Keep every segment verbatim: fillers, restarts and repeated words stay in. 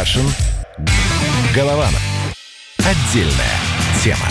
Кашин, Голованов. Отдельная тема.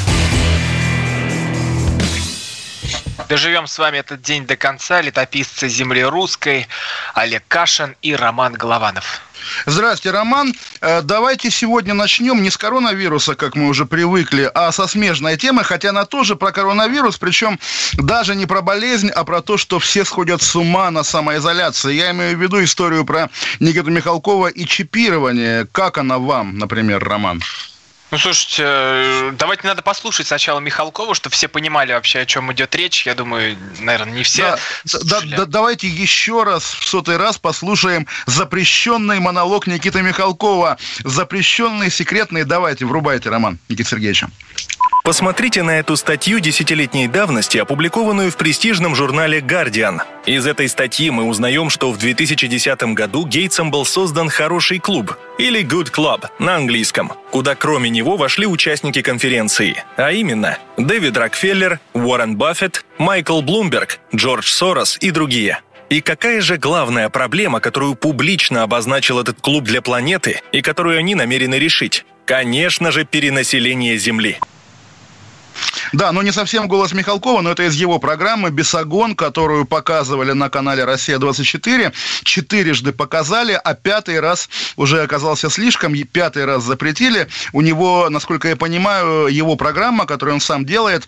Доживем с вами этот день до конца. Летописцы земли русской Олег Кашин и Роман Голованов. Здравствуйте, Роман. Давайте сегодня начнем не с коронавируса, как мы уже привыкли, а со смежной темы, хотя она тоже про коронавирус, причем даже не про болезнь, а про то, что все сходят с ума на самоизоляции. Я имею в виду историю про Никиту Михалкова и чипирование. Как она вам, например, Роман? Ну, слушайте, давайте надо послушать сначала Михалкова, чтобы все понимали вообще, о чем идет речь. Я думаю, наверное, не все. Да, да, да, давайте еще раз, в сотый раз послушаем запрещенный монолог Никиты Михалкова. Запрещенный, секретный. Давайте, врубайте, Роман, Никита Сергеевич. Посмотрите на эту статью десятилетней давности, опубликованную в престижном журнале «Гардиан». Из этой статьи мы узнаем, что в две тысячи десятом году Гейтсом был создан «Хороший клуб» или «Good Club» на английском, куда кроме него вошли участники конференции, а именно Дэвид Рокфеллер, Уоррен Баффет, Майкл Блумберг, Джордж Сорос и другие. И какая же главная проблема, которую публично обозначил этот клуб для планеты и которую они намерены решить? Конечно же, перенаселение Земли. Да, но не совсем голос Михалкова, но это из его программы «Бесогон», которую показывали на канале «Россия-двадцать четыре». Четырежды показали, а пятый раз уже оказался слишком, пятый раз запретили. У него, насколько я понимаю, его программа, которую он сам делает,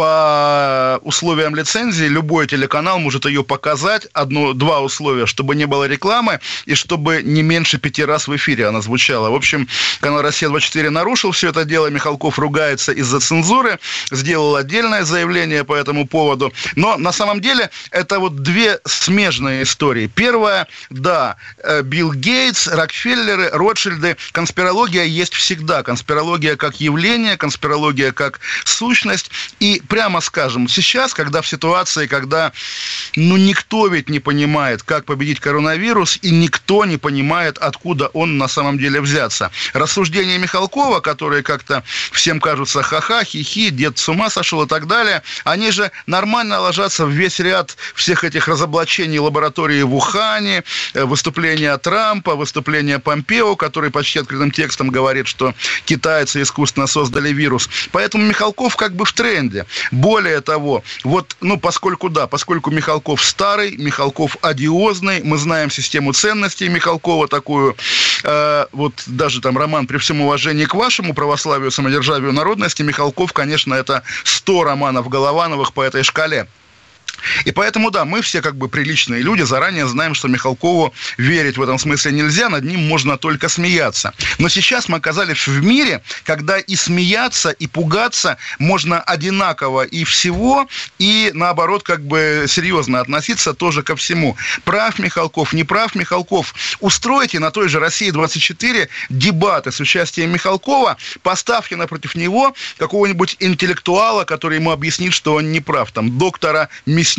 по условиям лицензии, любой телеканал может ее показать. Одно, два условия, чтобы не было рекламы и чтобы не меньше пяти раз в эфире она звучала. В общем, канал «Россия-двадцать четыре» нарушил все это дело, Михалков ругается из-за цензуры, сделал отдельное заявление по этому поводу. Но на самом деле это вот две смежные истории. Первая, да, Билл Гейтс, Рокфеллеры, Ротшильды. Конспирология есть всегда. Конспирология как явление, конспирология как сущность. И прямо скажем, сейчас, когда в ситуации, когда ну, никто ведь не понимает, как победить коронавирус, и никто не понимает, откуда он на самом деле взяться. Рассуждения Михалкова, которые как-то всем кажутся ха-ха, хи-хи, дед с ума сошел и так далее, они же нормально ложатся в весь ряд всех этих разоблачений лаборатории в Ухане, выступления Трампа, выступления Помпео, который почти открытым текстом говорит, что китайцы искусственно создали вирус. Поэтому Михалков как бы в тренде. Более того, вот, ну, поскольку, да, поскольку Михалков старый, Михалков одиозный, мы знаем систему ценностей Михалкова такую, э, вот даже там, Роман, при всем уважении к вашему православию, самодержавию, народности, Михалков, конечно, это сто Романов Головановых по этой шкале. И поэтому, да, мы все как бы приличные люди, заранее знаем, что Михалкову верить в этом смысле нельзя, над ним можно только смеяться. Но сейчас мы оказались в мире, когда и смеяться, и пугаться можно одинаково и всего, и наоборот, как бы серьезно относиться тоже ко всему. Прав Михалков, не прав Михалков. Устройте на той же «России-двадцать четыре» дебаты с участием Михалкова, поставьте напротив него какого-нибудь интеллектуала, который ему объяснит, что он не прав, там, доктора Мясникова.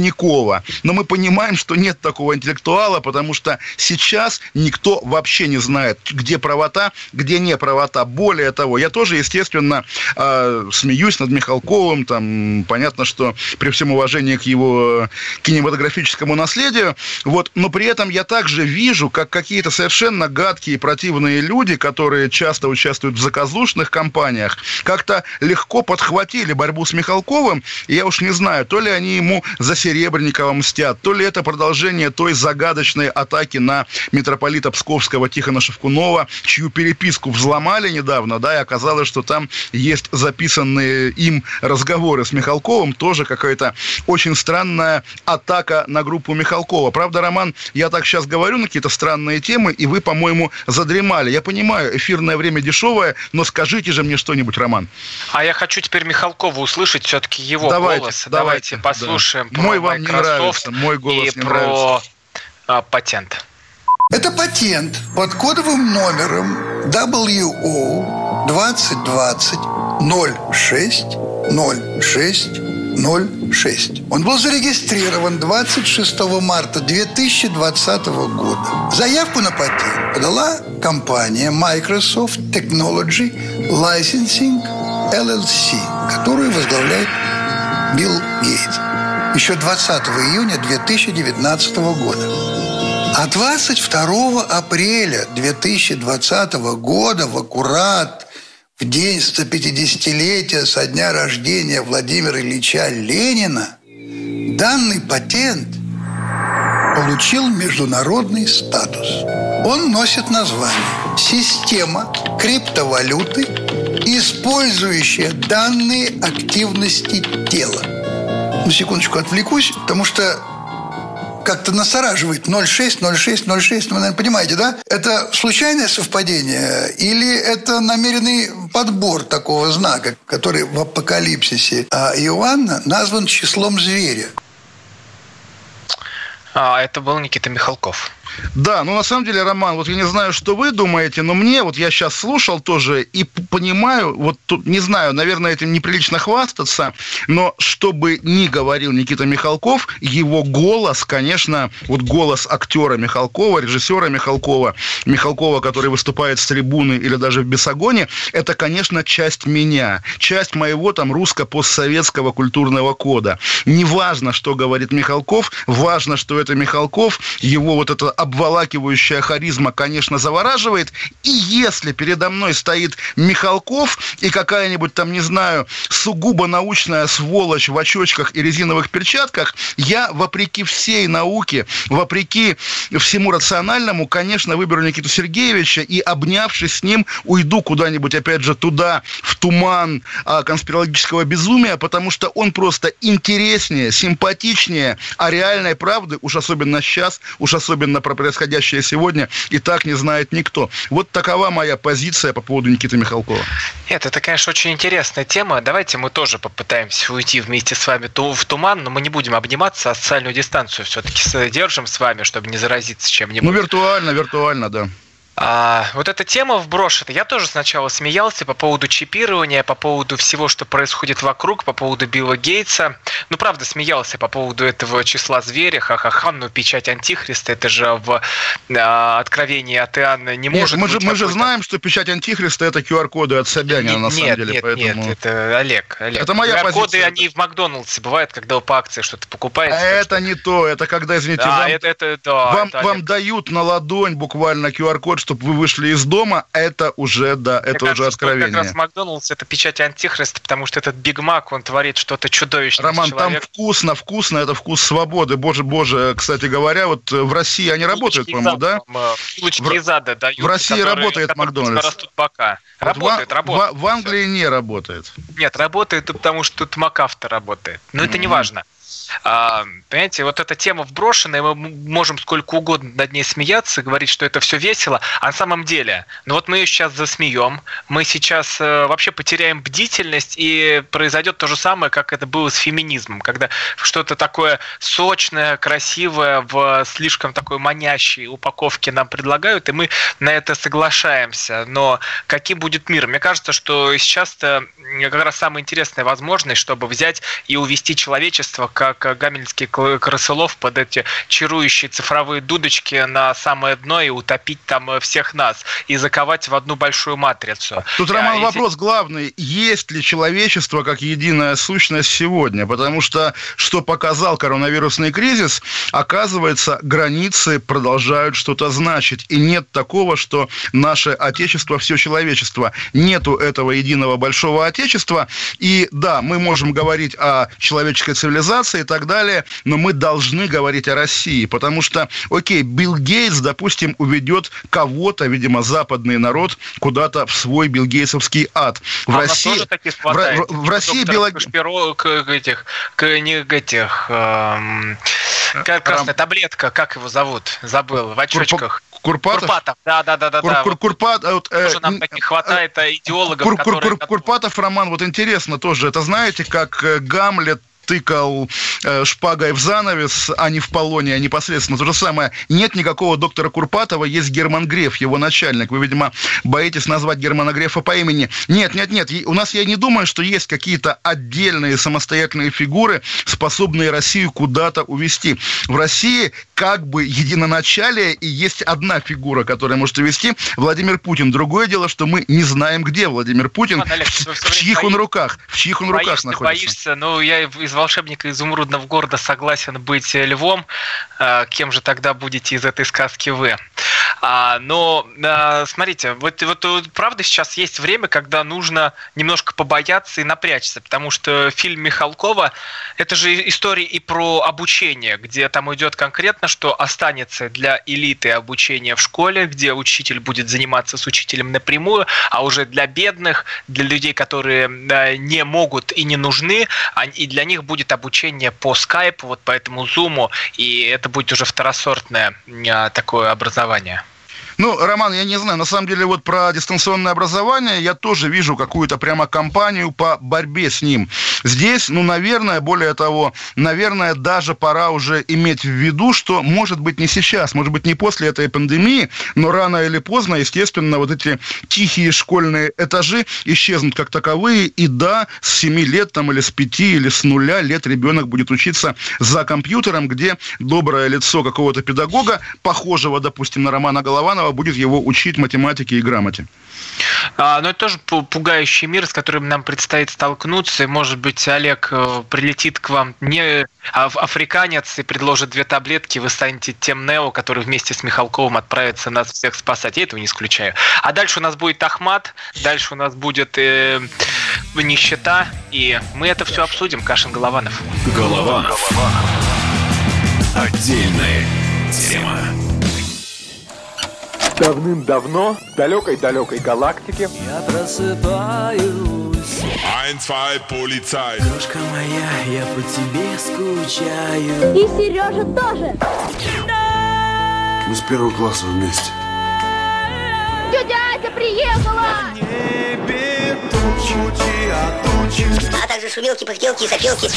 Но мы понимаем, что нет такого интеллектуала, потому что сейчас никто вообще не знает, где правота, где не правота. Более того, я тоже, естественно, э, смеюсь над Михалковым. Там, понятно, что при всем уважении к его кинематографическому наследию, вот, но при этом я также вижу, как какие-то совершенно гадкие и противные люди, которые часто участвуют в заказушных кампаниях, как-то легко подхватили борьбу с Михалковым. И я уж не знаю, то ли они ему за Серебренникова мстят, то ли это продолжение той загадочной атаки на митрополита Псковского Тихона Шевкунова, чью переписку взломали недавно, да, и оказалось, что там есть записанные им разговоры с Михалковым, тоже какая-то очень странная атака на группу Михалкова. Правда, Роман, я так сейчас говорю на какие-то странные темы, и вы, по-моему, задремали. Я понимаю, эфирное время дешевое, но скажите же мне что-нибудь, Роман. А я хочу теперь Михалкова услышать, все-таки его давайте, голос. Давайте, давайте послушаем. Да. Мой вам Microsoft не нравится, мой голос и не про нравится. А, патент. Это патент под кодовым номером дабл ю о двадцать двадцать ноль шесть ноль шесть ноль шесть. Он был зарегистрирован двадцать шестого марта две тысячи двадцатого года. Заявку на патент подала компания Microsoft Technology Licensing эл эл си, которую возглавляет Билл Гейтс. Еще двадцатого июня две тысячи девятнадцатого года. А двадцать второго апреля две тысячи двадцатого года, в аккурат в день сто пятидесятилетия со дня рождения Владимира Ильича Ленина, данный патент получил международный статус. Он носит название «Система криптовалюты, использующая данные активности тела». На секундочку отвлекусь, потому что как-то настораживает ноль шесть ноль шесть ноль шесть. Вы, наверное, понимаете, да? Это случайное совпадение или это намеренный подбор такого знака, который в апокалипсисе Иоанна назван числом зверя? А, это был Никита Михалков. Да, ну на самом деле, Роман, вот я не знаю, что вы думаете, но мне, вот я сейчас слушал тоже и понимаю, вот тут, не знаю, наверное, этим неприлично хвастаться, но что бы ни говорил Никита Михалков, его голос, конечно, вот голос актера Михалкова, режиссера Михалкова, Михалкова, который выступает с трибуны или даже в Бесогоне, это, конечно, часть меня, часть моего там русско-постсоветского культурного кода. Неважно, что говорит Михалков, важно, что это Михалков, его вот это обволакивающая харизма, конечно, завораживает. И если передо мной стоит Михалков и какая-нибудь там, не знаю, сугубо научная сволочь в очочках и резиновых перчатках, я, вопреки всей науке, вопреки всему рациональному, конечно, выберу Никиту Сергеевича и, обнявшись с ним, уйду куда-нибудь, опять же, туда, в туман а, конспирологического безумия, потому что он просто интереснее, симпатичнее, а реальной правды, уж особенно сейчас, уж особенно про происходящее сегодня, и так не знает никто. Вот такова моя позиция по поводу Никиты Михалкова. Нет, это, конечно, очень интересная тема. Давайте мы тоже попытаемся уйти вместе с вами в туман, но мы не будем обниматься, а социальную дистанцию все-таки держим с вами, чтобы не заразиться чем-нибудь. Ну, виртуально, виртуально, да. А, вот эта тема вброшена. Я тоже сначала смеялся по поводу чипирования, по поводу всего, что происходит вокруг, по поводу Билла Гейтса. Ну, правда, смеялся по поводу этого числа зверя. Ха-ха-ха, ну, печать Антихриста, это же в а, Откровении от Иоанна не нет, может мы быть. Же, мы же знаем, что печать Антихриста – это ку ар-коды от Собянина, нет, на самом нет, деле. Нет, поэтому... нет, это Олег. Олег. Это моя ку ар-коды, позиция. они в Макдональдсе бывают, когда вы по акции что-то покупаете. А это что... не то. Это когда, извините, да, вам, это, это, да, вам, это вам дают на ладонь буквально ку ар-код, чтобы вы вышли из дома, это уже, да, это Мне уже кажется, откровение. Как раз Макдональдс – это печать Антихриста, потому что этот Биг Мак, он творит что-то чудовищное. Роман, там вкусно, вкусно, это вкус свободы. Боже, боже, кстати говоря, вот в России они работают, по-моему, да? Булочки из ада дают. В России которые, работает Макдональдс. Растут бока. Работает, в, работает. В, в Англии не работает. Нет, работает, потому что тут МакАвто работает. Но mm-hmm. это не важно. А, понимаете, вот эта тема вброшенная, мы можем сколько угодно над ней смеяться, говорить, что это все весело, а на самом деле, ну вот мы ее сейчас засмеем, мы сейчас э, вообще потеряем бдительность, и произойдет то же самое, как это было с феминизмом, когда что-то такое сочное, красивое, в слишком такой манящей упаковке нам предлагают, и мы на это соглашаемся. Но каким будет мир? Мне кажется, что сейчас-то как раз самая интересная возможность, чтобы взять и увести человечество, как гамельнский крысолов, под эти чарующие цифровые дудочки на самое дно и утопить там всех нас, и заковать в одну большую матрицу. Тут, Роман, а, вопрос и... главный. Есть ли человечество как единая сущность сегодня? Потому что, что показал коронавирусный кризис, оказывается, границы продолжают что-то значить. И нет такого, что наше Отечество, все человечество. Нету этого единого большого Отечества. И да, мы можем говорить о человеческой цивилизации и так далее, но мы должны говорить о России, потому что, окей, Билл Гейтс, допустим, уведет кого-то, видимо, западный народ, куда-то в свой биллгейтсовский ад. В а России, тоже таких хватает. В, в, в России Билл... Шпиро... к этих, к не этих, эм... красная Рам... таблетка, как его зовут? Забыл, в очочках. Курпатов? Курпатов, да, да, да, да. Кур, кур, Курпат, вот, тоже э, нам таких хватает э, идеологов, кур, которые... Кур, Кур, Курпатов, Роман, вот интересно тоже, это знаете, как Гамлет тыкал э, шпагой в занавес, а не в Полония, непосредственно. То же самое. Нет никакого доктора Курпатова, есть Герман Греф, его начальник. Вы, видимо, боитесь назвать Германа Грефа по имени. Нет, нет, нет. У нас, я не думаю, что есть какие-то отдельные самостоятельные фигуры, способные Россию куда-то увести. В России как бы единоначалие, и есть одна фигура, которая может увести — Владимир Путин. Другое дело, что мы не знаем, где Владимир Путин, Ладно, Олег, в, в чьих он руках, в чьих он руках находится. Боишься, ну, я из «Волшебника изумрудного города» согласен быть львом. Кем же тогда будете из этой сказки вы? А, но, а, смотрите, вот, вот, вот правда сейчас есть время, когда нужно немножко побояться и напрячься, потому что фильм Михалкова — это же история и про обучение, где там идет конкретно, что останется для элиты обучение в школе, где учитель будет заниматься с учителем напрямую, а уже для бедных, для людей, которые а, не могут и не нужны, а, и для них будет обучение по скайпу, вот по этому зуму, и это будет уже второсортное а, такое образование. Ну, Роман, я не знаю, на самом деле вот про дистанционное образование я тоже вижу какую-то прямо кампанию по борьбе с ним. Здесь, ну, наверное, более того, наверное, даже пора уже иметь в виду, что, может быть, не сейчас, может быть, не после этой пандемии, но рано или поздно, естественно, вот эти тихие школьные этажи исчезнут как таковые, и да, с семи лет там, или с пяти, или с нуля лет ребенок будет учиться за компьютером, где доброе лицо какого-то педагога, похожего, допустим, на Романа Голованова, будет его учить математике и грамоте. А, но это тоже пугающий мир, с которым нам предстоит столкнуться. И, может быть, Олег прилетит к вам не африканец и предложит две таблетки, вы станете тем Нео, который вместе с Михалковым отправится нас всех спасать. Я этого не исключаю. А дальше у нас будет Ахмат, дальше у нас будет э, нищета, и мы это все обсудим. Кашин-Голованов. Голованов. Отдельная тема. Давным-давно, в далекой-далекой галактике. Я просыпаюсь. Ein, zwei, полицай. Крошка моя, я по тебе скучаю. И Сережа тоже. Мы с первого класса вместе. Тетя Ася приехала. Небе тучи, а тучи. А также шумелки, пыхтелки и сопелки.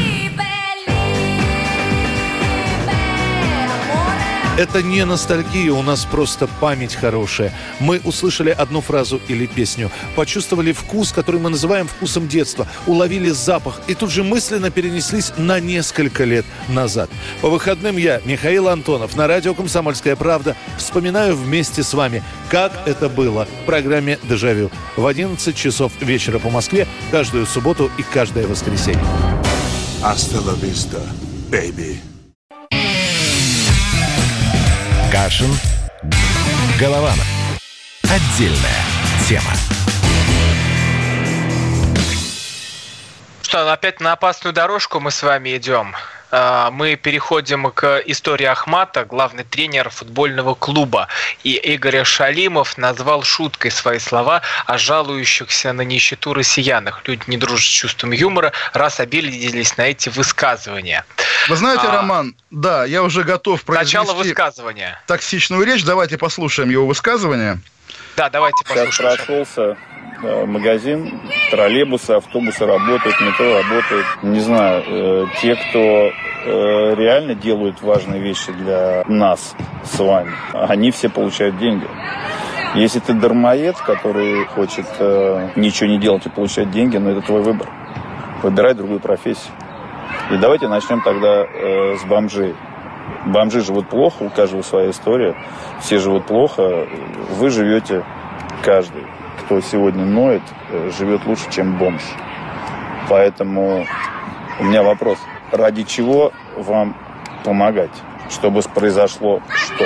Это не ностальгия, у нас просто память хорошая. Мы услышали одну фразу или песню, почувствовали вкус, который мы называем вкусом детства, уловили запах и тут же мысленно перенеслись на несколько лет назад. По выходным я, Михаил Антонов, на радио «Комсомольская правда» вспоминаю вместе с вами, как это было в программе «Дежавю» в одиннадцать часов вечера по Москве каждую субботу и каждое воскресенье. Hasta la vista, baby. Кашин, Голованов. Отдельная тема. Что, опять на опасную дорожку мы с вами идем. Мы переходим к истории Ахмата, главный тренер футбольного клуба. И Игорь Шалимов назвал шуткой свои слова о жалующихся на нищету россиянах. Люди не дружат с чувством юмора, раз обиделись на эти высказывания. Вы знаете, а... Роман, да, я уже готов произвести Начало высказывания. Токсичную речь. Давайте послушаем его высказывание. Да, давайте послушаем. Сейчас прошелся магазин, троллейбусы, автобусы работают, метро работает. Не знаю, э, те, кто э, реально делают важные вещи для нас с вами, они все получают деньги. Если ты дармоед, который хочет э, ничего не делать и получать деньги, ну это твой выбор. Выбирай другую профессию. И давайте начнем тогда э, с бомжей. Бомжи живут плохо, у каждого своя история. Все живут плохо, вы живете, каждый, кто сегодня ноет, живет лучше, чем бомж. Поэтому у меня вопрос. Ради чего вам помогать? Чтобы произошло что?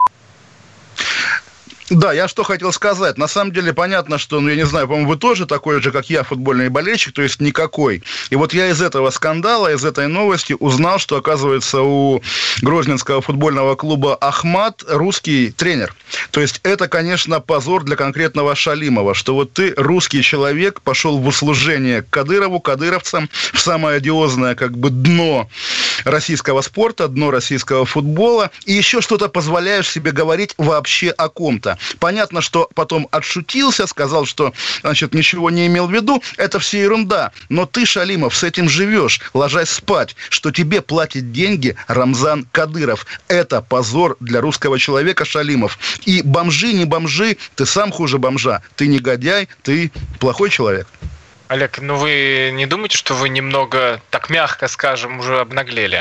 Да, я что хотел сказать. На самом деле понятно, что, ну, я не знаю, по-моему, вы тоже такой же, как я, футбольный болельщик, то есть никакой. И вот я из этого скандала, из этой новости узнал, что, оказывается, у грозненского футбольного клуба «Ахмат» русский тренер. То есть это, конечно, позор для конкретного Шалимова, что вот ты, русский человек, пошел в услужение к Кадырову, кадыровцам, в самое одиозное, как бы, дно российского спорта, дно российского футбола, и еще что-то позволяешь себе говорить вообще о ком-то. Понятно, что потом отшутился, сказал, что, значит, ничего не имел в виду. Это все ерунда. Но ты, Шалимов, с этим живешь, ложась спать, что тебе платит деньги Рамзан Кадыров. Это позор для русского человека, Шалимов. И бомжи, не бомжи, ты сам хуже бомжа. Ты негодяй, ты плохой человек. Олег, ну вы не думаете, что вы немного, так мягко скажем, уже обнаглели?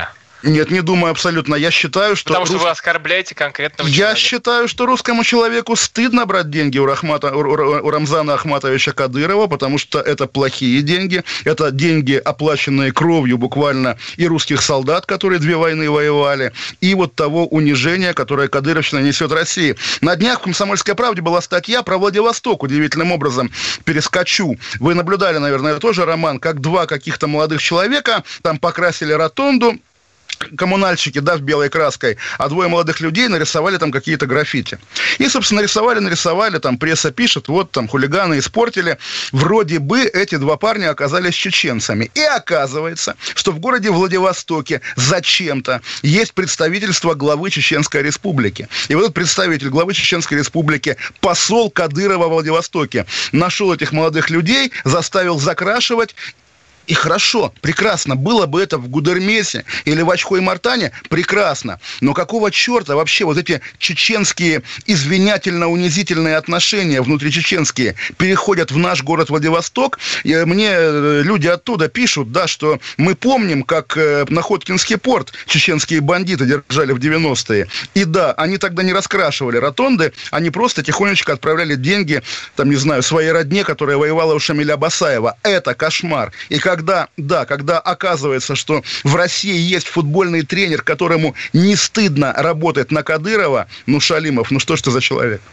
Нет, не думаю абсолютно. Я считаю, что... Потому что рус... вы оскорбляете конкретного Я человека. Я считаю, что русскому человеку стыдно брать деньги у, Рахмата, у Рамзана Ахматовича Кадырова, потому что это плохие деньги. Это деньги, оплаченные кровью буквально и русских солдат, которые две войны воевали, и вот того унижения, которое кадыровщина несет России. На днях в «Комсомольской правде» была статья про Владивосток. Удивительным образом перескочу. Вы наблюдали, наверное, тоже, Роман, как два каких-то молодых человека там покрасили ротонду, коммунальщики, да, в белой краской, а двое молодых людей нарисовали там какие-то граффити. И, собственно, нарисовали, нарисовали, там пресса пишет, вот там хулиганы испортили. Вроде бы эти два парня оказались чеченцами. И оказывается, что в городе Владивостоке зачем-то есть представительство главы Чеченской Республики. И вот этот представитель главы Чеченской Республики, посол Кадырова в Владивостоке, нашел этих молодых людей, заставил закрашивать. И хорошо, прекрасно, было бы это в Гудермесе или в Очхой-Мартане, прекрасно. Но какого черта вообще вот эти чеченские извинятельно-унизительные отношения внутричеченские переходят в наш город Владивосток? И мне люди оттуда пишут, да, что мы помним, как Находкинский порт чеченские бандиты держали в девяностые. И да, они тогда не раскрашивали ротонды, они просто тихонечко отправляли деньги, там, не знаю, своей родне, которая воевала у Шамиля Басаева. Это кошмар. И как Когда, да, когда оказывается, что в России есть футбольный тренер, которому не стыдно работать на Кадырова, ну, Шалимов, ну что ж ты за человек?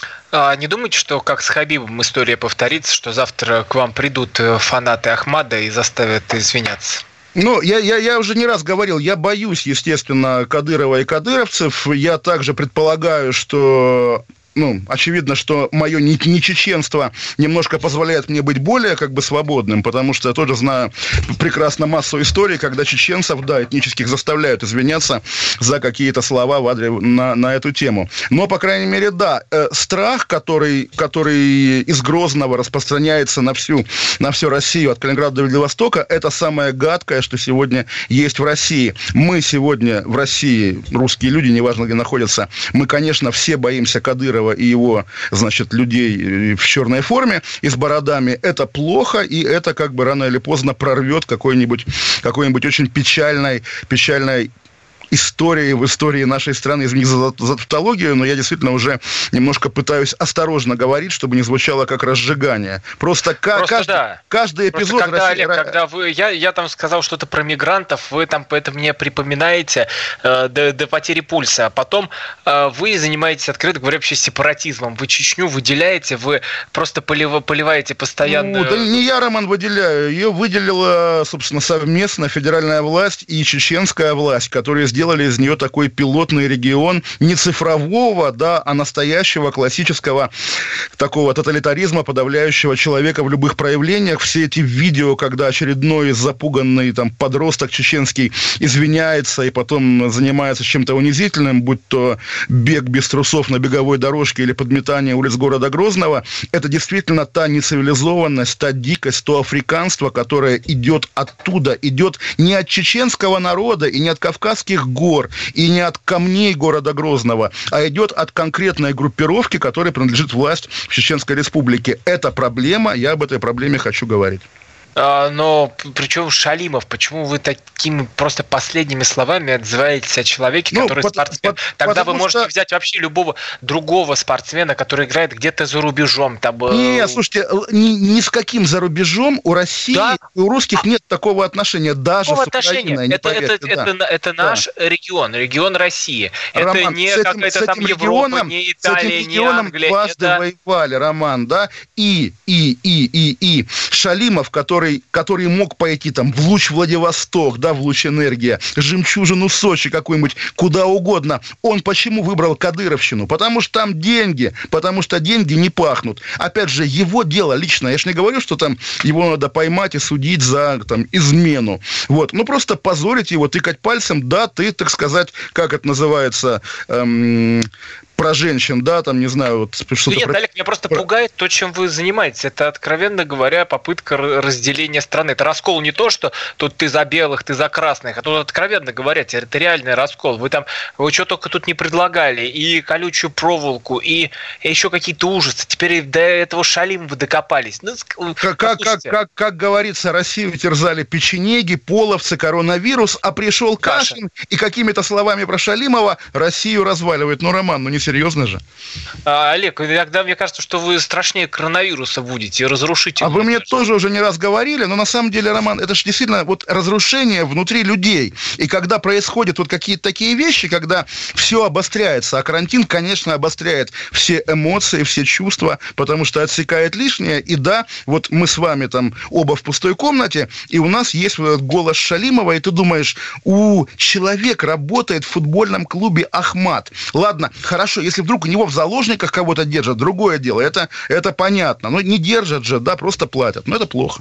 А не думаете, что как с Хабибом история повторится, что завтра к вам придут фанаты Ахмада и заставят извиняться? Ну, я, я, я уже не раз говорил, я боюсь, естественно, Кадырова и кадыровцев. Я также предполагаю, что... Ну, очевидно, что мое нечеченство немножко позволяет мне быть более как бы свободным, потому что я тоже знаю прекрасно массу историй, когда чеченцев, да, этнических заставляют извиняться за какие-то слова в адрес на, на эту тему. Но, по крайней мере, да, э, страх, который, который из Грозного распространяется на всю, на всю Россию, от Калининграда до Владивостока, это самое гадкое, что сегодня есть в России. Мы сегодня в России, русские люди, неважно где находятся, мы, конечно, все боимся Кадырова и его, значит, людей в черной форме и с бородами. Это плохо, и это как бы рано или поздно прорвет какой-нибудь, какой-нибудь очень печальной, печальной истории в истории нашей страны. Извините за, за тавтологию, но я действительно уже немножко пытаюсь осторожно говорить, чтобы не звучало как разжигание. Просто, Просто каждый, да. каждый эпизод... Просто когда, России... Олег, когда вы... Я, я там сказал что-то про мигрантов, вы там это мне припоминаете э, до, до потери пульса, а потом э, вы занимаетесь, открыто говоря, вообще сепаратизмом. Вы Чечню выделяете, вы просто полив, поливаете постоянно... Ну, да не я, Роман, выделяю. Ее выделила, собственно, совместно федеральная власть и чеченская власть, которые сделали из нее такой пилотный регион не цифрового, да, а настоящего классического такого тоталитаризма, подавляющего человека в любых проявлениях. Все эти видео, когда очередной запуганный там подросток чеченский извиняется и потом занимается чем-то унизительным, будь то бег без трусов на беговой дорожке или подметание улиц города Грозного, это действительно та нецивилизованность, та дикость, то африканство, которое идет оттуда, идет не от чеченского народа и не от кавказских гор, и не от камней города Грозного, а идет от конкретной группировки, которой принадлежит власть в Чеченской Республике. Это проблема, я об этой проблеме хочу говорить. А, но причем Шалимов, почему вы такими просто последними словами отзываетесь о человеке, ну, который под, спортсмен? Под, Тогда вы можете что... взять вообще любого другого спортсмена, который играет где-то за рубежом. Там... Не, слушайте, ни, ни с каким за рубежом у России да? и у русских нет такого отношения, даже такого с Украиной. Это, поверьте, это, да. это, это наш да. регион, регион России. Роман, это не этим, какая-то там Европа, регионом, не Италия, не Англия. Дважды это... воевали, Роман, да? И, и, и, и, и. Шалимов, который Который, который мог пойти там в луч Владивосток, да, в луч энергия, жемчужину Сочи какую-нибудь, куда угодно. Он почему выбрал Кадыровщину? Потому что там деньги, потому что деньги не пахнут. Опять же, его дело лично. Я же не говорю, что там его надо поймать и судить за там, измену. Вот. Ну, просто позорить его, тыкать пальцем, да, ты, так сказать, как это называется... Эм, про женщин, да, там, не знаю, вот что-то... Нет, про... Олег, меня просто пугает то, чем вы занимаетесь. Это, откровенно говоря, попытка разделения страны. Это раскол не то, что тут ты за белых, ты за красных, а тут, откровенно говоря, это реальный раскол. Вы там, вы что только тут не предлагали, и колючую проволоку, и, и еще какие-то ужасы. Теперь до этого Шалимова докопались. Ну, как, как, как, как, как говорится, Россию терзали печенеги, половцы, коронавирус, а пришел Кашин, Кашин и какими-то словами про Шалимова Россию разваливает. Ну, Роман, ну не серьезно же. А, Олег, иногда мне кажется, что вы страшнее коронавируса будете, разрушитель. А вы мне тоже уже не раз говорили, но на самом деле, Роман, это же действительно вот разрушение внутри людей. И когда происходят вот какие-то такие вещи, когда все обостряется, а карантин, конечно, обостряет все эмоции, все чувства, потому что отсекает лишнее. И да, вот мы с вами там оба в пустой комнате, и у нас есть вот этот голос Шалимова, и ты думаешь, у человек работает в футбольном клубе «Ахмат». Ладно, хорошо, если вдруг у него в заложниках кого-то держат, другое дело, это, это понятно. Но не держат же, да, просто платят. Но это плохо.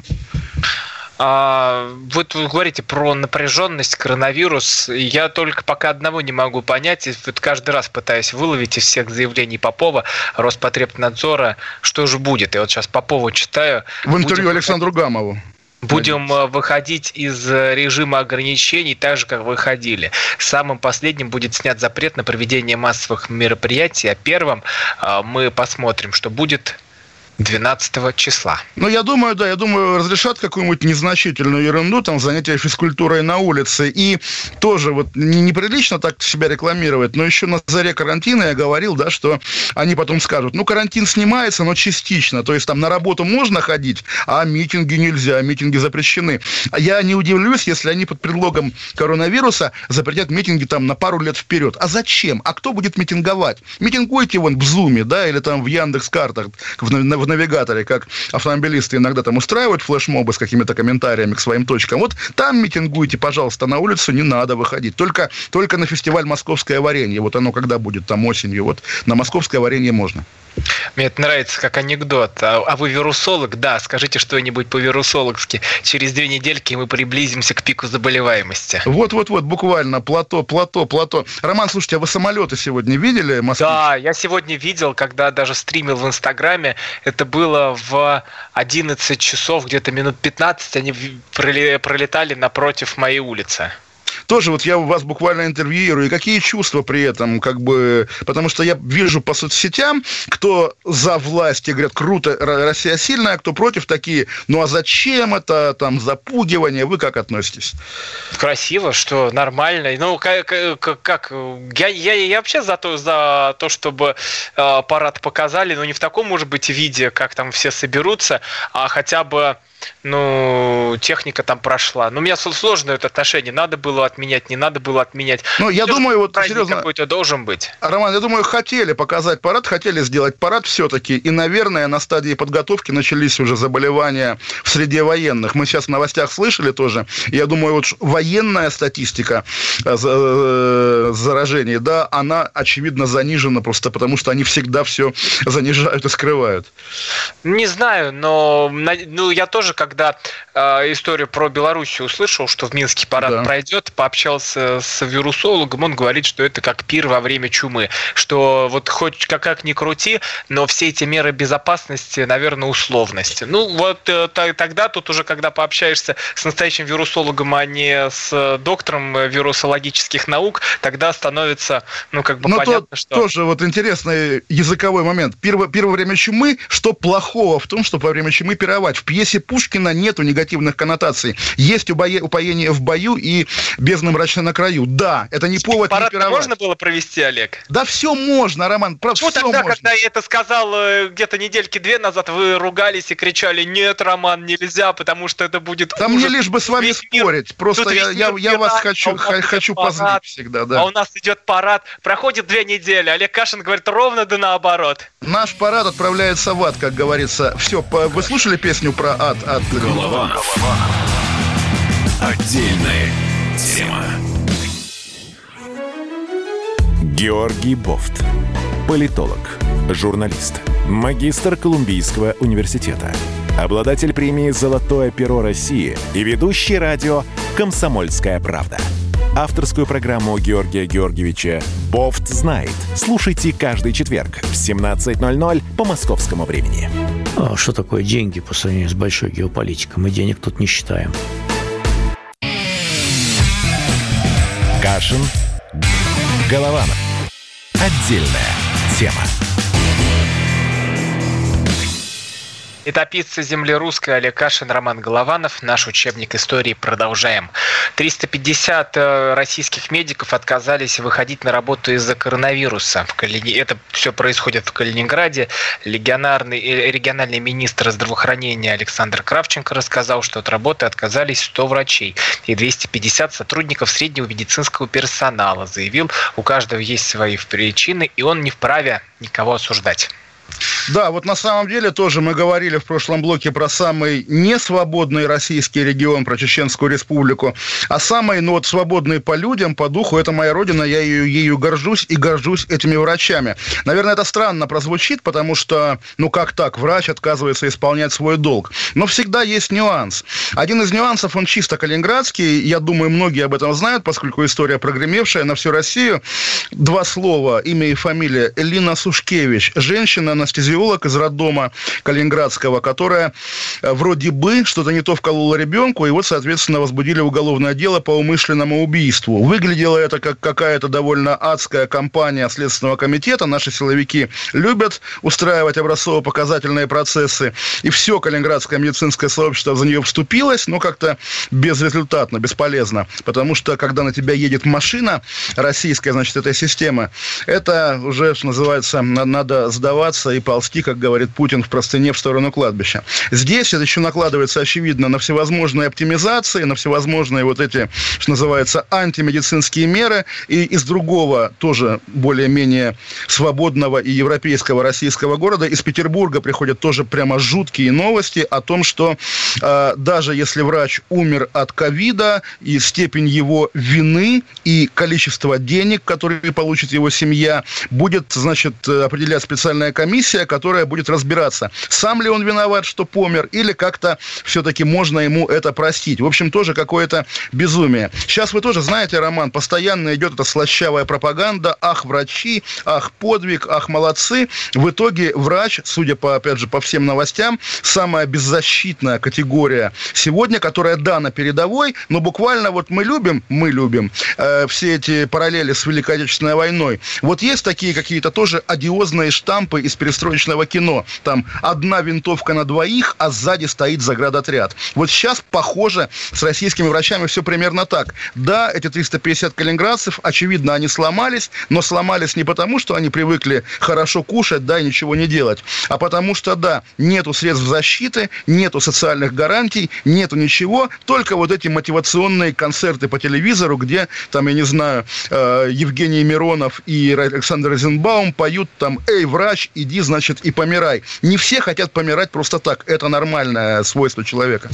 А, вот вы говорите про напряженность, коронавирус. Я только пока одного не могу понять. И вот каждый раз пытаюсь выловить из всех заявлений Попова, Роспотребнадзора, что же будет. И вот сейчас Попова читаю. В интервью Александру Гамову. Будем выходить из режима ограничений так же, как выходили. Самым последним будет снят запрет на проведение массовых мероприятий, а первым мы посмотрим, что будет двенадцатого числа. Ну, я думаю, да, я думаю, разрешат какую-нибудь незначительную ерунду, там, занятия физкультурой на улице. И тоже вот неприлично так себя рекламировать, но еще на заре карантина я говорил, да, что они потом скажут, ну, карантин снимается, но частично. То есть там на работу можно ходить, а митинги нельзя, митинги запрещены. Я не удивлюсь, если они под предлогом коронавируса запретят митинги там на пару лет вперед. А зачем? А кто будет митинговать? Митингуйте вон в Зуме, да, или там в Яндекс.Картах, в в навигаторе, как автомобилисты иногда там устраивают флешмобы с какими-то комментариями к своим точкам. Вот там митингуйте, пожалуйста, на улицу не надо выходить. Только, только на фестиваль «Московское варенье». Вот оно когда будет там осенью, вот на «Московское варенье» можно. Мне это нравится как анекдот. А, а вы вирусолог? Да, скажите что-нибудь по-вирусологски. Через две недельки мы приблизимся к пику заболеваемости. Вот-вот-вот, буквально. Плато, плато, плато. Роман, слушайте, а вы самолеты сегодня видели? Москвич? Да, я сегодня видел, когда даже стримил в Инстаграме. Это было в одиннадцать часов, где-то минут пятнадцать. Они пролетали напротив моей улицы. Тоже вот я вас буквально интервьюирую, и какие чувства при этом, как бы, потому что я вижу по соцсетям, кто за власть, и говорят, круто, Россия сильная, кто против, такие, ну а зачем это, там, запугивание, вы как относитесь? Красиво, что нормально, ну, как, как я, я, я вообще за то, за то, чтобы э, парад показали, но не в таком, может быть, виде, как там все соберутся, а хотя бы ну, техника там прошла. Но у меня сложное это отношение. Надо было отменять, не надо было отменять. Ну, я Все думаю, вот серьезно, какой-то должен быть. Роман, я думаю, хотели показать парад, хотели сделать парад все-таки. И, наверное, на стадии подготовки начались уже заболевания в среде военных. Мы сейчас в новостях слышали тоже. Я думаю, вот военная статистика заражений, да, она, очевидно, занижена просто потому, что они всегда все занижают и скрывают. Не знаю, но ну, я тоже, когда э, историю про Белоруссию услышал, что в Минске парад да. пройдет, пообщался с вирусологом, он говорит, что это как пир во время чумы, что вот хоть как, как ни крути, но все эти меры безопасности, наверное, условности. Ну вот э, тогда тут уже, когда пообщаешься с настоящим вирусологом, а не с доктором вирусологических наук, тогда становится, ну как бы но понятно, то, что... Тоже вот интересный языковой момент. Первое, первое время чумы, что плохого в том, что во время чумы пировать? В пьесе Пушкина нету негативных коннотаций. Есть упоение в бою и бездна мрачная на краю. Да, это не повод парад не пировать. Можно было провести, Олег? Да все можно, Роман. Почему тогда, можно. Когда я это сказал где-то недельки две назад, вы ругались и кричали, нет, Роман, нельзя, потому что это будет Да ужас. Мне лишь бы с вами весь спорить. Мир, Просто я, я, я вас хочу, а хочу позлить всегда. Да. А у нас идет парад. Проходит две недели. Олег Кашин говорит ровно да наоборот. Наш парад отправляется в ад, как говорится. Все, вы слушали песню про ад? От... Голованов. Отдельная тема. Георгий Бофт. Политолог, журналист, магистр Колумбийского университета, обладатель премии «Золотое перо России» и ведущий радио «Комсомольская правда». Авторскую программу Георгия Георгиевича «Бофт знает». Слушайте каждый четверг в семнадцать ноль ноль по московскому времени. А что такое деньги по сравнению с большой геополитикой? Мы денег тут не считаем. Кашин, Голованов. Отдельная тема. Летописцы земли русской Олег Кашин, Роман Голованов. Наш учебник истории продолжаем. триста пятьдесят российских медиков отказались выходить на работу из-за коронавируса. В Калини... Это все происходит в Калининграде. Региональный, региональный министр здравоохранения Александр Кравченко рассказал, что от работы отказались сто врачей и двести пятьдесят сотрудников среднего медицинского персонала. Заявил, у каждого есть свои причины, и он не вправе никого осуждать. Да, вот на самом деле тоже мы говорили в прошлом блоке про самый несвободный российский регион, про Чеченскую Республику, а самый, ну вот, свободный по людям, по духу, это моя родина, я ею, ею горжусь и горжусь этими врачами. Наверное, это странно прозвучит, потому что, ну как так, врач отказывается исполнять свой долг. Но всегда есть нюанс. Один из нюансов, он чисто калининградский, я думаю, многие об этом знают, поскольку история прогремевшая на всю Россию. Два слова, имя и фамилия: Элина Сушкевич, женщина, анестезиолог из роддома калининградского, которая вроде бы что-то не то вколола ребенку, и вот, соответственно, возбудили уголовное дело по умышленному убийству. Выглядело это как какая-то довольно адская кампания Следственного комитета. Наши силовики любят устраивать образцово-показательные процессы, и все калининградское медицинское сообщество за нее вступилось, но как-то безрезультатно, бесполезно, потому что, когда на тебя едет машина российская, значит, этой системы, это уже, что называется, надо сдаваться и ползти, как говорит Путин, в простыне в сторону кладбища. Здесь это еще накладывается, очевидно, на всевозможные оптимизации, на всевозможные вот эти, что называется, антимедицинские меры. И из другого, тоже более-менее свободного и европейского российского города, из Петербурга, приходят тоже прямо жуткие новости о том, что э, даже если врач умер от ковида, и степень его вины, и количество денег, которые получит его семья, будет, значит, определять специальная комиссия, которая будет разбираться, сам ли он виноват, что помер, или как-то все-таки можно ему это простить. В общем, тоже какое-то безумие. Сейчас вы тоже знаете, Роман, постоянно идет эта слащавая пропаганда: ах, врачи, ах, подвиг, ах, молодцы. В итоге врач, судя по, опять же, по всем новостям, самая беззащитная категория сегодня, которая, да, на передовой, но буквально вот мы любим, мы любим э, все эти параллели с Великой Отечественной войной. Вот есть такие какие-то тоже одиозные штампы из перестроечного кино. Там одна винтовка на двоих, а сзади стоит заградотряд. Вот сейчас, похоже, с российскими врачами все примерно так. Да, эти триста пятьдесят калининградцев, очевидно, они сломались, но сломались не потому, что они привыкли хорошо кушать, да, и ничего не делать, а потому что, да, нету средств защиты, нету социальных гарантий, нету ничего, только вот эти мотивационные концерты по телевизору, где, там, я не знаю, э, Евгений Миронов и Александр Розенбаум поют там: «Эй, врач, иди, значит, и помирай». Не все хотят помирать просто так. Это нормальное свойство человека.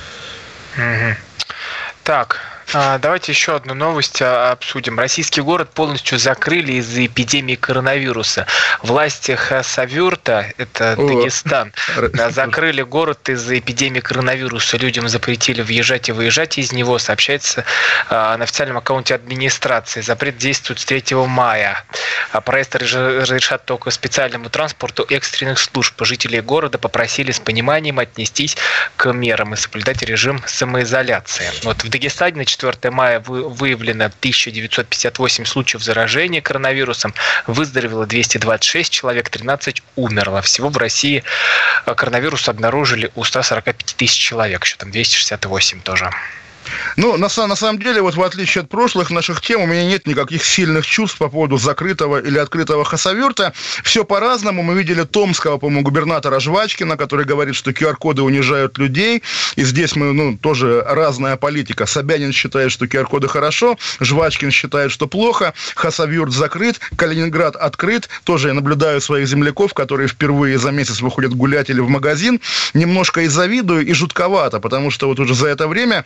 Угу. Так, давайте еще одну новость обсудим. Российский город полностью закрыли из-за эпидемии коронавируса. Власти Хасавюрта, это Дагестан, закрыли город из-за эпидемии коронавируса. Людям запретили въезжать и выезжать из него, сообщается на официальном аккаунте администрации. Запрет действует с третьего мая. Проезд разрешат только специальному транспорту экстренных служб. Жители города попросили с пониманием отнестись к мерам и соблюдать режим самоизоляции. Вот в Дагестане на четвёртое мая выявлено тысяча девятьсот пятьдесят восемь случаев заражения коронавирусом, выздоровело двести двадцать шесть человек, тринадцать умерло. Всего в России коронавирус обнаружили у ста сорока пяти тысяч человек, еще там двести шестьдесят восемь тоже. Ну, на, на самом деле, вот в отличие от прошлых наших тем, у меня нет никаких сильных чувств по поводу закрытого или открытого Хасавюрта. Все по-разному. Мы видели томского, по-моему, губернатора Жвачкина, который говорит, что ку ар коды унижают людей. И здесь мы, ну, тоже разная политика. Собянин считает, что ку ар коды хорошо, Жвачкин считает, что плохо. Хасавюрт закрыт, Калининград открыт. Тоже я наблюдаю своих земляков, которые впервые за месяц выходят гулять или в магазин. Немножко и завидую, и жутковато, потому что вот уже за это время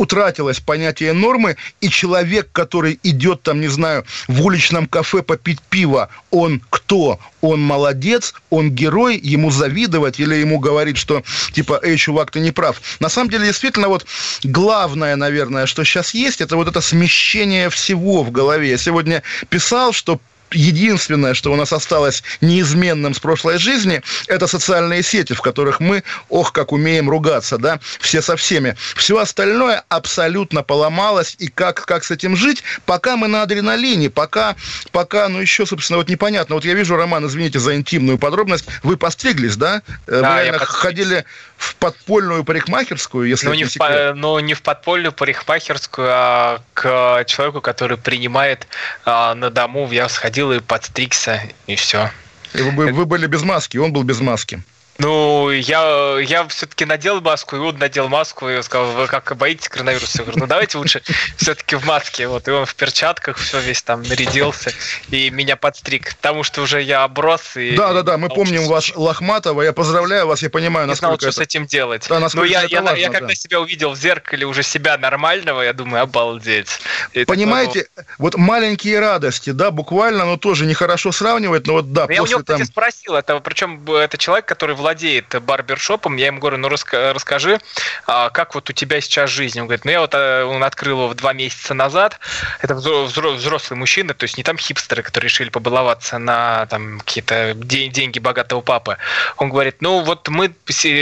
утратилось понятие нормы, и человек, который идет там, не знаю, в уличном кафе попить пиво, он кто? Он молодец, он герой, ему завидовать или ему говорить, что типа, эй, чувак, ты не прав. На самом деле, действительно, вот главное, наверное, что сейчас есть, это вот это смещение всего в голове. Я сегодня писал, что единственное, что у нас осталось неизменным с прошлой жизни, это социальные сети, в которых мы, ох, как умеем ругаться, да, все со всеми. Все остальное абсолютно поломалось, и как, как с этим жить, пока мы на адреналине, пока, пока, ну, еще, собственно, вот непонятно. Вот я вижу, Роман, извините за интимную подробность, вы постриглись, да? Да, вы реально я ходили в подпольную парикмахерскую, если ну, это не не в, секрет? ну, не в подпольную парикмахерскую, а к человеку, который принимает а, на дому. Я сходил и подстригся, и все. И вы, вы были без маски, он был без маски. Ну, я, я все-таки надел маску, и он надел маску, и сказал, вы как боитесь коронавируса? Я говорю, ну давайте лучше все-таки в маске. Вот, и он в перчатках все весь там нарядился, и меня подстриг, потому что уже я оброс. И да-да-да, мы помним вас лохматого, я поздравляю вас, я понимаю, не насколько знал, что это... с этим делать. Да, но я, я, важно, я когда да. себя увидел в зеркале, уже себя нормального, я думаю, обалдеть. И понимаете, такой... вот маленькие радости, да, буквально, но тоже нехорошо сравнивать, но вот да, но после я у него, там... кстати, спросил, это, причем это человек, который владеет барбершопом, я ему говорю, ну расскажи, как вот у тебя сейчас жизнь? Он говорит, ну я вот он открыл его два месяца назад, это взрослый мужчина, то есть не там хипстеры, которые решили побаловаться на там какие-то деньги богатого папы. Он говорит, ну вот мы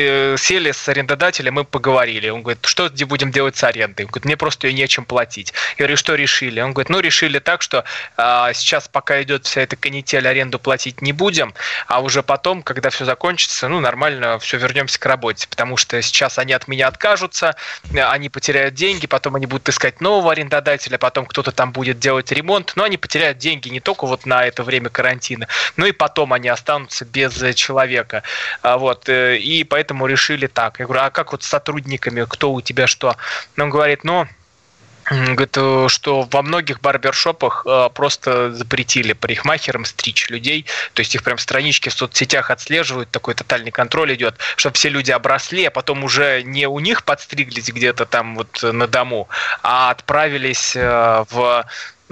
сели с арендодателем, мы поговорили. Он говорит, что будем делать с арендой? Он говорит, мне просто ее нечем платить. Я говорю, что решили? Он говорит, ну решили так, что а, сейчас пока идет вся эта канитель, аренду платить не будем, а уже потом, когда все закончится, ну нормально, все, вернемся к работе, потому что сейчас они от меня откажутся, они потеряют деньги, потом они будут искать нового арендодателя, потом кто-то там будет делать ремонт, но они потеряют деньги не только вот на это время карантина, но и потом они останутся без человека. Вот, и поэтому решили так. Я говорю, а как вот с сотрудниками, кто у тебя что? Он говорит, ну... Говорит, что во многих барбершопах просто запретили парикмахерам стричь людей, то есть их прям странички в соцсетях отслеживают, такой тотальный контроль идет, чтобы все люди обросли, а потом уже не у них подстриглись где-то там вот на дому, а отправились в...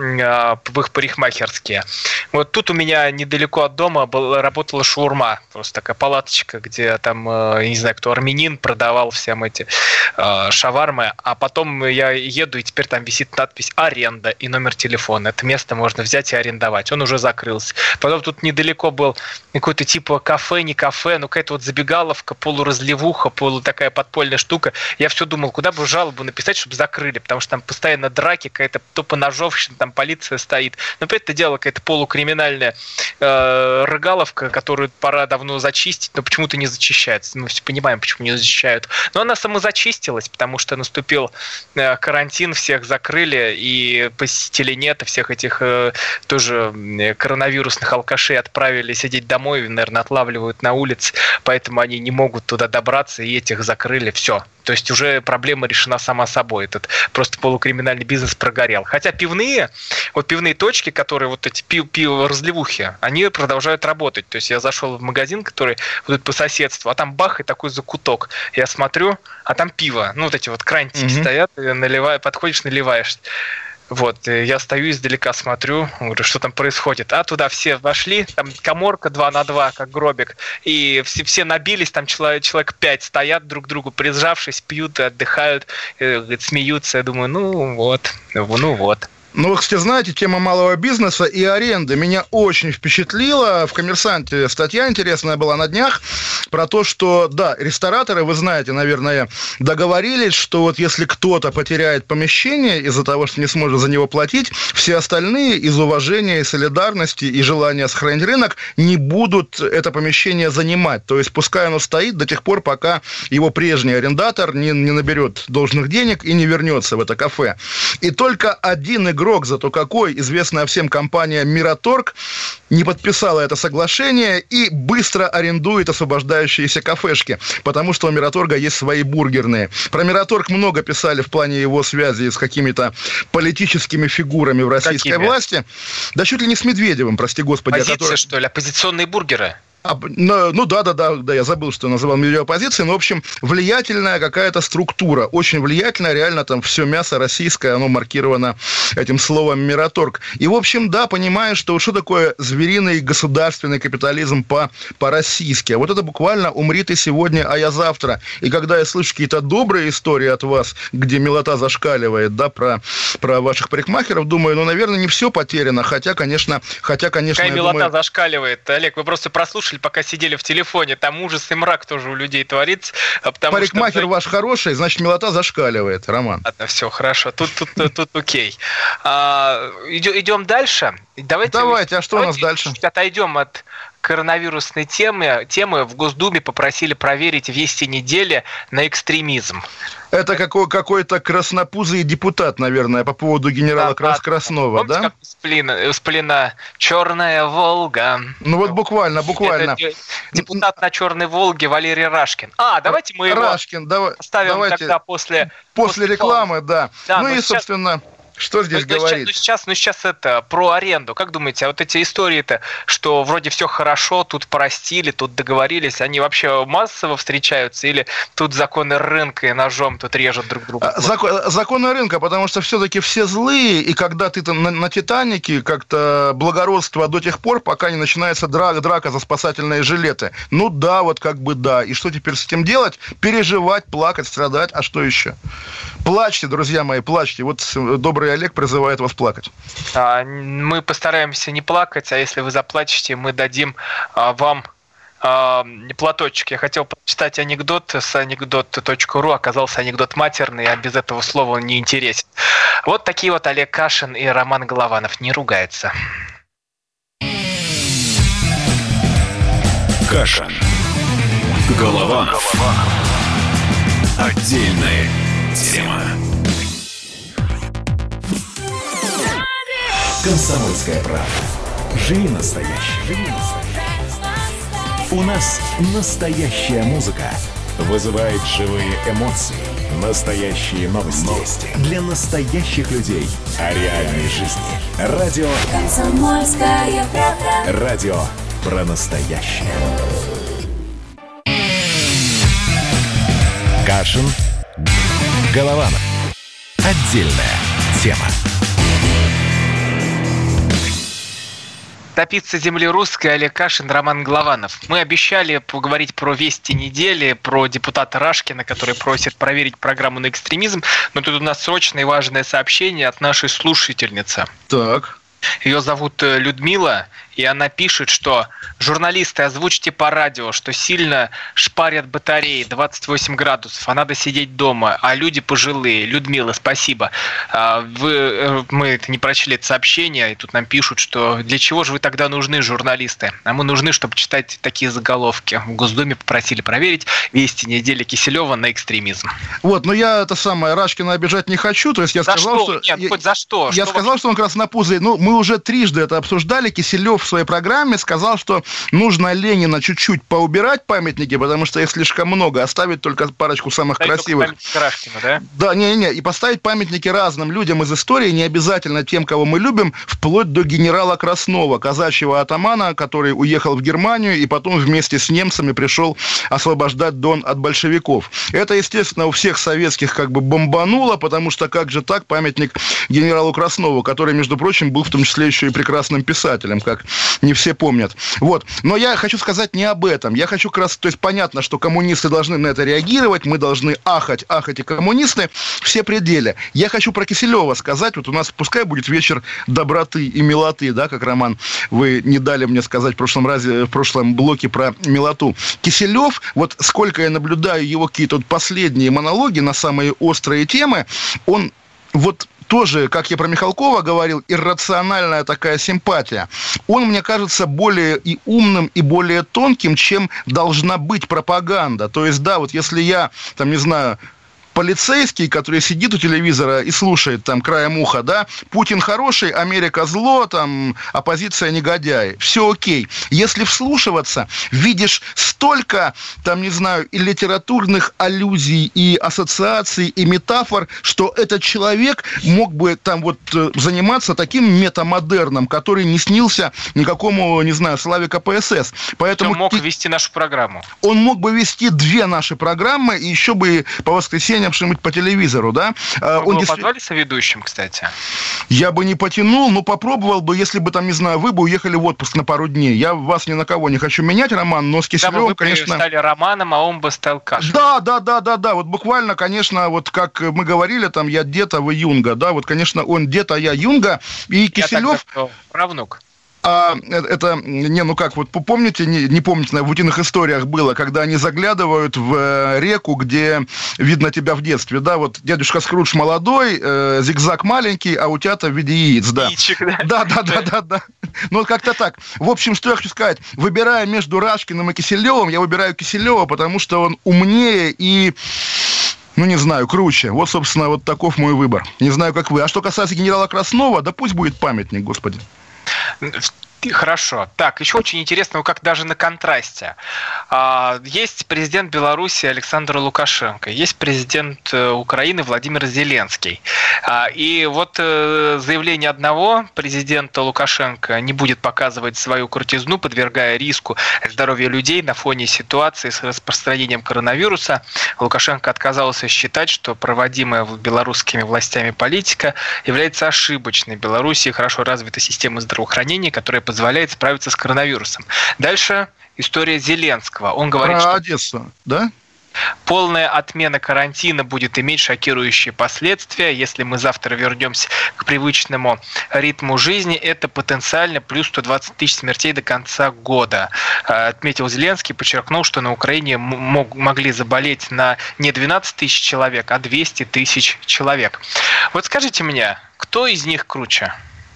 в их парикмахерские. Вот тут у меня недалеко от дома был, работала шаурма, просто такая палаточка, где там, я не знаю, кто, армянин продавал всем эти э, шавармы, а потом я еду, и теперь там висит надпись «Аренда» и номер телефона. Это место можно взять и арендовать. Он уже закрылся. Потом тут недалеко был какой-то типа кафе, не кафе, ну какая-то вот забегаловка, полуразливуха, полу такая подпольная штука. Я все думал, куда бы жалобу написать, чтобы закрыли, потому что там постоянно драки, какая-то тупо ножовщина, там полиция стоит. Но это дело какая-то полукриминальная э, рыгаловка, которую пора давно зачистить, но почему-то не зачищается. Мы все понимаем, почему не зачищают. Но она самозачистилась, потому что наступил э, карантин, всех закрыли, и посетителей нет, всех этих э, тоже коронавирусных алкашей отправили сидеть домой, наверное, отлавливают на улице, поэтому они не могут туда добраться, и этих закрыли. Все. То есть уже проблема решена сама собой. Этот просто полукриминальный бизнес прогорел. Хотя пивные, вот пивные точки, которые вот эти пив, пиво разливухи, они продолжают работать. То есть я зашел в магазин, который вот по соседству, а там бах и такой закуток. Я смотрю, а там пиво. Ну вот эти вот крантики mm-hmm. стоят, наливай, подходишь, наливаешь. Вот, я стою издалека, смотрю, говорю, что там происходит. А туда все вошли, там каморка два на два, как гробик, и все, все набились, там человек, человек пять стоят друг к другу, прижавшись, пьют и отдыхают, и, смеются. Я думаю, ну вот, ну вот. Ну, вы, кстати, знаете, тема малого бизнеса и аренды меня очень впечатлила. В «Коммерсанте» статья интересная была на днях про то, что, да, рестораторы, вы знаете, наверное, договорились, что вот если кто-то потеряет помещение из-за того, что не сможет за него платить, все остальные из уважения и солидарности и желания сохранить рынок не будут это помещение занимать. То есть пускай оно стоит до тех пор, пока его прежний арендатор не, не наберет должных денег и не вернется в это кафе. И только один игрок, зато какой, известная всем компания «Мираторг», не подписала это соглашение и быстро арендует освобождающиеся кафешки, потому что у «Мираторга» есть свои бургерные. Про «Мираторг» много писали в плане его связи с какими-то политическими фигурами в российской Какими? власти. Да чуть ли не с Медведевым, прости господи. Позиция, который... что ли? Оппозиционные бургеры? А, ну да, да, да, да, я забыл, что называл медиа оппозицией, но, в общем, влиятельная какая-то структура, очень влиятельная, реально там все мясо российское, оно маркировано этим словом «Мираторг». И, в общем, да, понимаешь, что что такое звериный государственный капитализм по, по-российски. А вот это буквально «умри ты сегодня, а я завтра». И когда я слышу какие-то добрые истории от вас, где милота зашкаливает, да, про, про ваших парикмахеров, думаю, ну, наверное, не все потеряно, хотя, конечно, хотя, конечно, какая милота думаю... зашкаливает, Олег, вы просто прослушали, пока сидели в телефоне, там ужас и мрак тоже у людей творится. Потому парикмахер что... ваш хороший, значит, милота зашкаливает, Роман. Ладно, все, хорошо, тут, тут, тут, тут окей. А, идем дальше. Давайте, давайте, а что давайте у нас дальше? Отойдем от коронавирусной темы. Темы в Госдуме попросили проверить вести недели на экстремизм. Это какой, какой-то краснопузый депутат, наверное, по поводу генерала да, Крас, Краснова, помните, да? Как сплина «Черная Волга». Ну вот буквально, буквально. Это депутат на «Черной Волге» Валерий Рашкин. А, давайте мы его Рашкин, давай, оставим давайте тогда после... После, после рекламы, да. да. Ну и, сейчас... собственно... Что здесь ну, говорить? Ну сейчас, ну сейчас это, про аренду. Как думаете, а вот эти истории-то, что вроде все хорошо, тут простили, тут договорились, они вообще массово встречаются или тут законы рынка и ножом тут режут друг друга? Закон, законы рынка, потому что все-таки все злые, и когда ты там на, на «Титанике», как-то благородство до тех пор, пока не начинается драка, драка за спасательные жилеты. Ну да, вот как бы да. И что теперь с этим делать? Переживать, плакать, страдать, а что еще? Плачьте, друзья мои, плачьте. Вот добрый Олег призывает вас плакать. А, мы постараемся не плакать, а если вы заплачете, мы дадим а, вам а, платочек. Я хотел прочитать анекдот с анекдот точка ру, оказался анекдот матерный, а без этого слова он не интересен. Вот такие вот Олег Кашин и Роман Голованов. Не ругаются. Кашин. Голованов. Отдельная тема. «Комсомольская правда». Живи настоящий. Живи настоящий. У нас настоящая музыка. Вызывает живые эмоции. Настоящие новости. новости. Для настоящих людей. О реальной жизни. Радио «Комсомольская правда». Радио про настоящее. Кашин. Голованов. Отдельная тема. Топиться земли русской, Олег Кашин, Роман Голованов. Мы обещали поговорить про вести недели, про депутата Рашкина, который просит проверить программу на экстремизм, но тут у нас срочное и важное сообщение от нашей слушательницы. Так. Ее зовут Людмила, и она пишет, что журналисты, озвучьте по радио, что сильно шпарят батареи, двадцать восемь градусов, а надо сидеть дома, а люди пожилые. Людмила, спасибо. Вы, мы это не прочли это сообщение, и тут нам пишут, что для чего же вы тогда нужны, журналисты? А мы нужны, чтобы читать такие заголовки. В Госдуме попросили проверить вести недели Киселева на экстремизм. Вот, но я это самое, Рашкина обижать не хочу, то есть я за сказал, что? что... Нет, я, хоть за что? Я что сказал, вы... что он краснопузый, ну, мы уже трижды это обсуждали, Киселев в своей программе сказал, что нужно Ленина чуть-чуть поубирать памятники, потому что их слишком много, оставить только парочку самых Ставить красивых. Рашкина, да? Да, не-не, и поставить памятники разным людям из истории, не обязательно тем, кого мы любим, вплоть до генерала Краснова, казачьего атамана, который уехал в Германию и потом вместе с немцами пришел освобождать Дон от большевиков. Это, естественно, у всех советских как бы бомбануло, потому что как же так памятник генералу Краснову, который, между прочим, был в том числе еще и прекрасным писателем, как не все помнят. Вот. Но я хочу сказать не об этом. Я хочу как раз... То есть понятно, что коммунисты должны на это реагировать, мы должны ахать, ахать и коммунисты, все пределы. Я хочу про Киселева сказать. Вот у нас пускай будет вечер доброты и милоты, да, как, Роман, вы не дали мне сказать в прошлом разе, в прошлом блоке про милоту. Киселев, вот сколько я наблюдаю его какие-то вот последние монологи на самые острые темы, он вот... тоже, как я про Михалкова говорил, иррациональная такая симпатия. Он, мне кажется, более и умным, и более тонким, чем должна быть пропаганда. То есть, да, вот если я, там, не знаю, полицейский, который сидит у телевизора и слушает там краем уха, да, Путин хороший, Америка зло, там, оппозиция негодяй. Все окей. Если вслушиваться, видишь столько, там, не знаю, и литературных аллюзий, и ассоциаций, и метафор, что этот человек мог бы там вот заниматься таким метамодерном, который не снился никакому, не знаю, славе ка пэ эс эс. Поэтому он мог т... вести нашу программу. Он мог бы вести две наши программы, и еще бы по воскресеньям что-нибудь по телевизору, да? Вы он бы дес... позвали соведущим, кстати? Я бы не потянул, но попробовал бы, если бы там, не знаю, вы бы уехали в отпуск на пару дней. Я вас ни на кого не хочу менять, Роман, но с Киселевым, вы конечно... стали Романом, а он бы стал Кашей. Да, да, да, да, да. Вот буквально, конечно, вот как мы говорили, там, я дед, а вы Юнга, да, вот, конечно, он дед, а я Юнга, и Киселев... Я правнук. А, это, не, ну как, вот помните, не, не помните, в утиных историях было, когда они заглядывают в реку, где видно тебя в детстве, да, вот дядюшка Скрудж молодой, э, зигзаг маленький, а утята в виде яиц, да. Яичек, да? Да, да, да, да, да. Ну, как-то так. В общем, что я хочу сказать, выбирая между Рашкиным и Киселевым, я выбираю Киселева, потому что он умнее и... Ну, не знаю, круче. Вот, собственно, вот таков мой выбор. Не знаю, как вы. А что касается генерала Краснова, да пусть будет памятник, господи. Хорошо. Так, еще очень интересно, как даже на контрасте. Есть президент Беларуси Александр Лукашенко, есть президент Украины Владимир Зеленский. И вот заявление одного президента Лукашенко не будет показывать свою крутизну, подвергая риску здоровья людей на фоне ситуации с распространением коронавируса. Лукашенко отказался считать, что проводимая белорусскими властями политика является ошибочной. В Беларуси хорошо развита система здравоохранения, которая позволяет справиться с коронавирусом. Дальше история Зеленского. Он говорит, Про что Одессу, да? полная отмена карантина будет иметь шокирующие последствия. Если мы завтра вернемся к привычному ритму жизни, это потенциально плюс сто двадцать тысяч смертей до конца года. Отметил Зеленский, подчеркнул, что на Украине мог, могли заболеть на не двенадцать тысяч человек, а двести тысяч человек. Вот скажите мне, кто из них круче?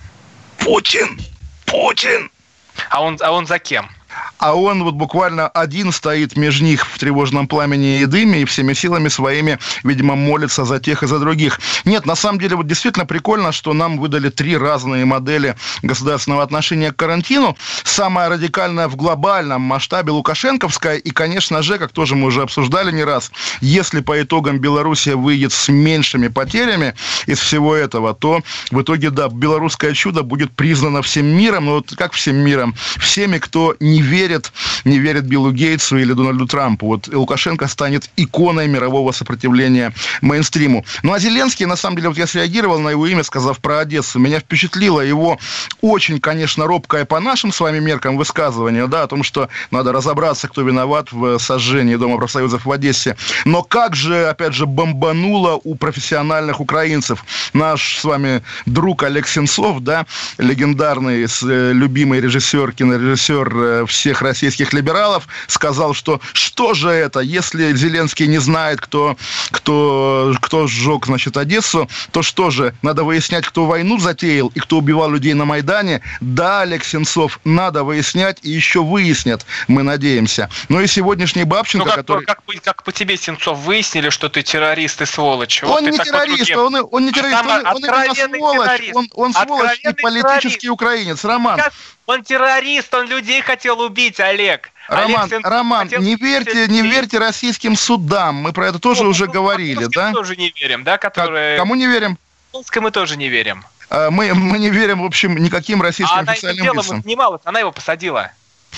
Путин! Путин! А он, а он за кем? А он вот буквально один стоит между них в тревожном пламени и дыме и всеми силами своими, видимо, молится за тех и за других. Нет, на самом деле, вот действительно прикольно, что нам выдали три разные модели государственного отношения к карантину. Самая радикальная в глобальном масштабе лукашенковская. И, конечно же, как тоже мы уже обсуждали не раз, если по итогам Белоруссия выйдет с меньшими потерями из всего этого, то в итоге, да, белорусское чудо будет признано всем миром. Но вот как всем миром? Всеми, кто не верит, не верит Биллу Гейтсу или Дональду Трампу. Вот Лукашенко станет иконой мирового сопротивления мейнстриму. Ну, а Зеленский, на самом деле, вот я среагировал на его имя, сказав про Одессу. Меня впечатлило его очень, конечно, робкое по нашим с вами меркам высказывание, да, о том, что надо разобраться, кто виноват в сожжении Дома профсоюзов в Одессе. Но как же, опять же, бомбануло у профессиональных украинцев. Наш с вами друг Олег Сенцов, да, легендарный, любимый режиссер, кинорежиссер всех российских либералов, сказал, что что же это, если Зеленский не знает, кто, кто, кто сжег, значит, Одессу, то что же, надо выяснять, кто войну затеял и кто убивал людей на Майдане? Да, Олег Сенцов, надо выяснять и еще выяснят, мы надеемся. Ну и сегодняшний Бабченко, ну, как, который... Как, как, как по тебе, Сенцов, выяснили, что ты террорист и сволочь? Он вот не террорист, он, он не террорист, он, он именно сволочь, он, он сволочь и политический террорист. Украинец, Роман. Как? Он террорист, он людей хотел убить, Олег. Роман, Олег Роман не верьте, не верьте российским судам. Мы про это тоже ну, уже ну, говорили, да? Мы тоже не верим, да? Которые... Кому не верим? Мы тоже не верим. Мы, мы не верим, в общем, никаким российским а официальным лицам. лицам. Она снималась, она его посадила.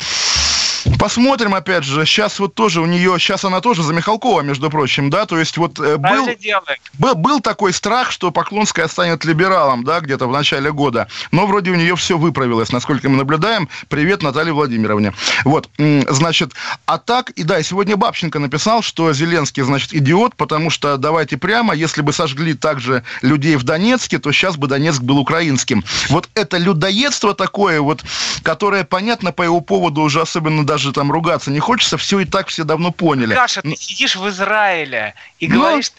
Посмотрим, опять же, сейчас вот тоже у нее, сейчас она тоже за Михалкова, между прочим, да, то есть вот был, был, был такой страх, что Поклонская станет либералом, да, где-то в начале года, но вроде у нее все выправилось, насколько мы наблюдаем. Привет Наталье Владимировне. Вот, значит, а так, и да, сегодня Бабченко написал, что Зеленский, значит, идиот, потому что, давайте прямо, если бы сожгли также людей в Донецке, то сейчас бы Донецк был украинским. Вот это людоедство такое, вот, которое, понятно, по его поводу уже особенно даже там ругаться не хочется, все и так все давно поняли. Саша, ты сидишь в Израиле и Но... говоришь такие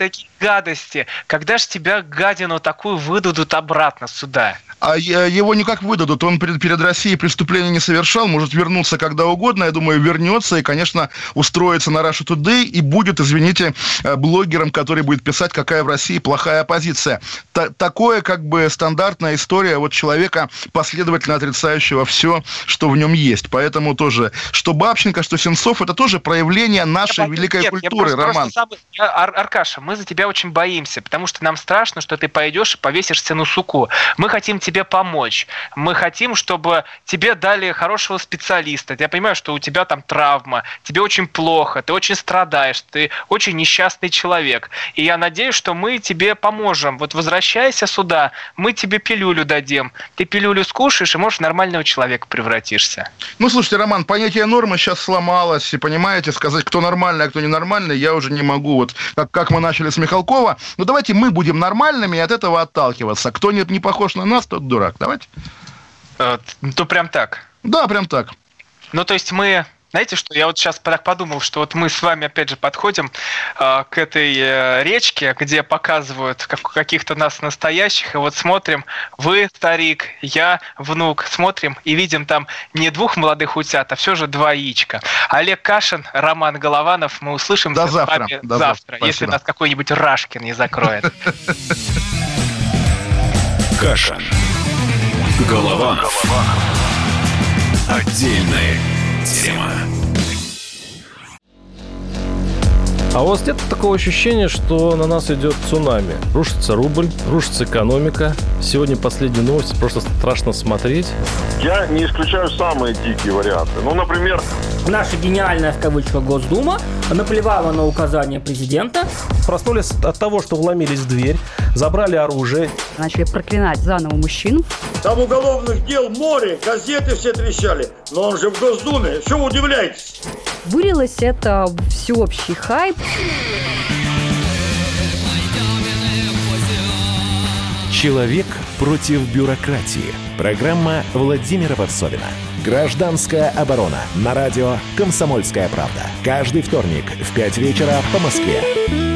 гадости. Когда ж тебя, гадину такую, выдадут обратно сюда? А его никак выдадут. Он перед, перед Россией преступления не совершал, может вернуться когда угодно. Я думаю, вернется и, конечно, устроится на Russia Today и будет, извините, блогером, который будет писать, какая в России плохая оппозиция. Т- такое, как бы, стандартная история вот человека, последовательно отрицающего все, что в нем есть. Поэтому тоже, что Бабченко, что Сенцов, это тоже проявление нашей я великой нет, культуры, я просто, Роман. Просто сам... я, Ар- Аркаша, мы за тебя очень боимся, потому что нам страшно, что ты пойдешь и повесишься на суку. Мы хотим тебе помочь. Мы хотим, чтобы тебе дали хорошего специалиста. Я понимаю, что у тебя там травма, тебе очень плохо, ты очень страдаешь, ты очень несчастный человек. И я надеюсь, что мы тебе поможем. Вот возвращайся сюда, мы тебе пилюлю дадим. Ты пилюлю скушаешь, и, может, в нормального человека превратишься. Ну, слушайте, Роман, понятие нормы сейчас сломалось. И, понимаете, сказать, кто нормальный, а кто ненормальный, я уже не могу. Вот как, как мы начали с Михалкова. Ну, давайте мы будем нормальными и от этого отталкиваться. Кто не, не похож на нас, тот дурак. Давайте. Э, то прям так? Да, прям так. Ну, то есть мы... Знаете, что я вот сейчас так подумал, что вот мы с вами опять же подходим э, к этой э, речке, где показывают как, каких-то нас настоящих, и вот смотрим, вы старик, я внук, смотрим и видим там не двух молодых утят, а все же два яичка. Олег Кашин, Роман Голованов, мы услышимся до завтра, с вами до завтра, завтра если нас какой-нибудь Рашкин не закроет. Кашин. Голованов. Отдельная тема. А у вас нет такого ощущения, что на нас идет цунами? Рушится рубль, рушится экономика. Сегодня последние новости, просто страшно смотреть. Я не исключаю самые дикие варианты. Ну, например... Наша гениальная, в кавычках, Госдума наплевала на указания президента. Проснулись от того, что вломились в дверь, забрали оружие. Начали проклинать заново мужчин. Там уголовных дел море, газеты все трещали. Но он же в Госдуме, что вы удивляетесь? Вылилось это в всеобщий хайп. Человек против бюрократии. Программа Владимира Варсовина. Гражданская оборона. На радио «Комсомольская правда». Каждый вторник в пять вечера по Москве.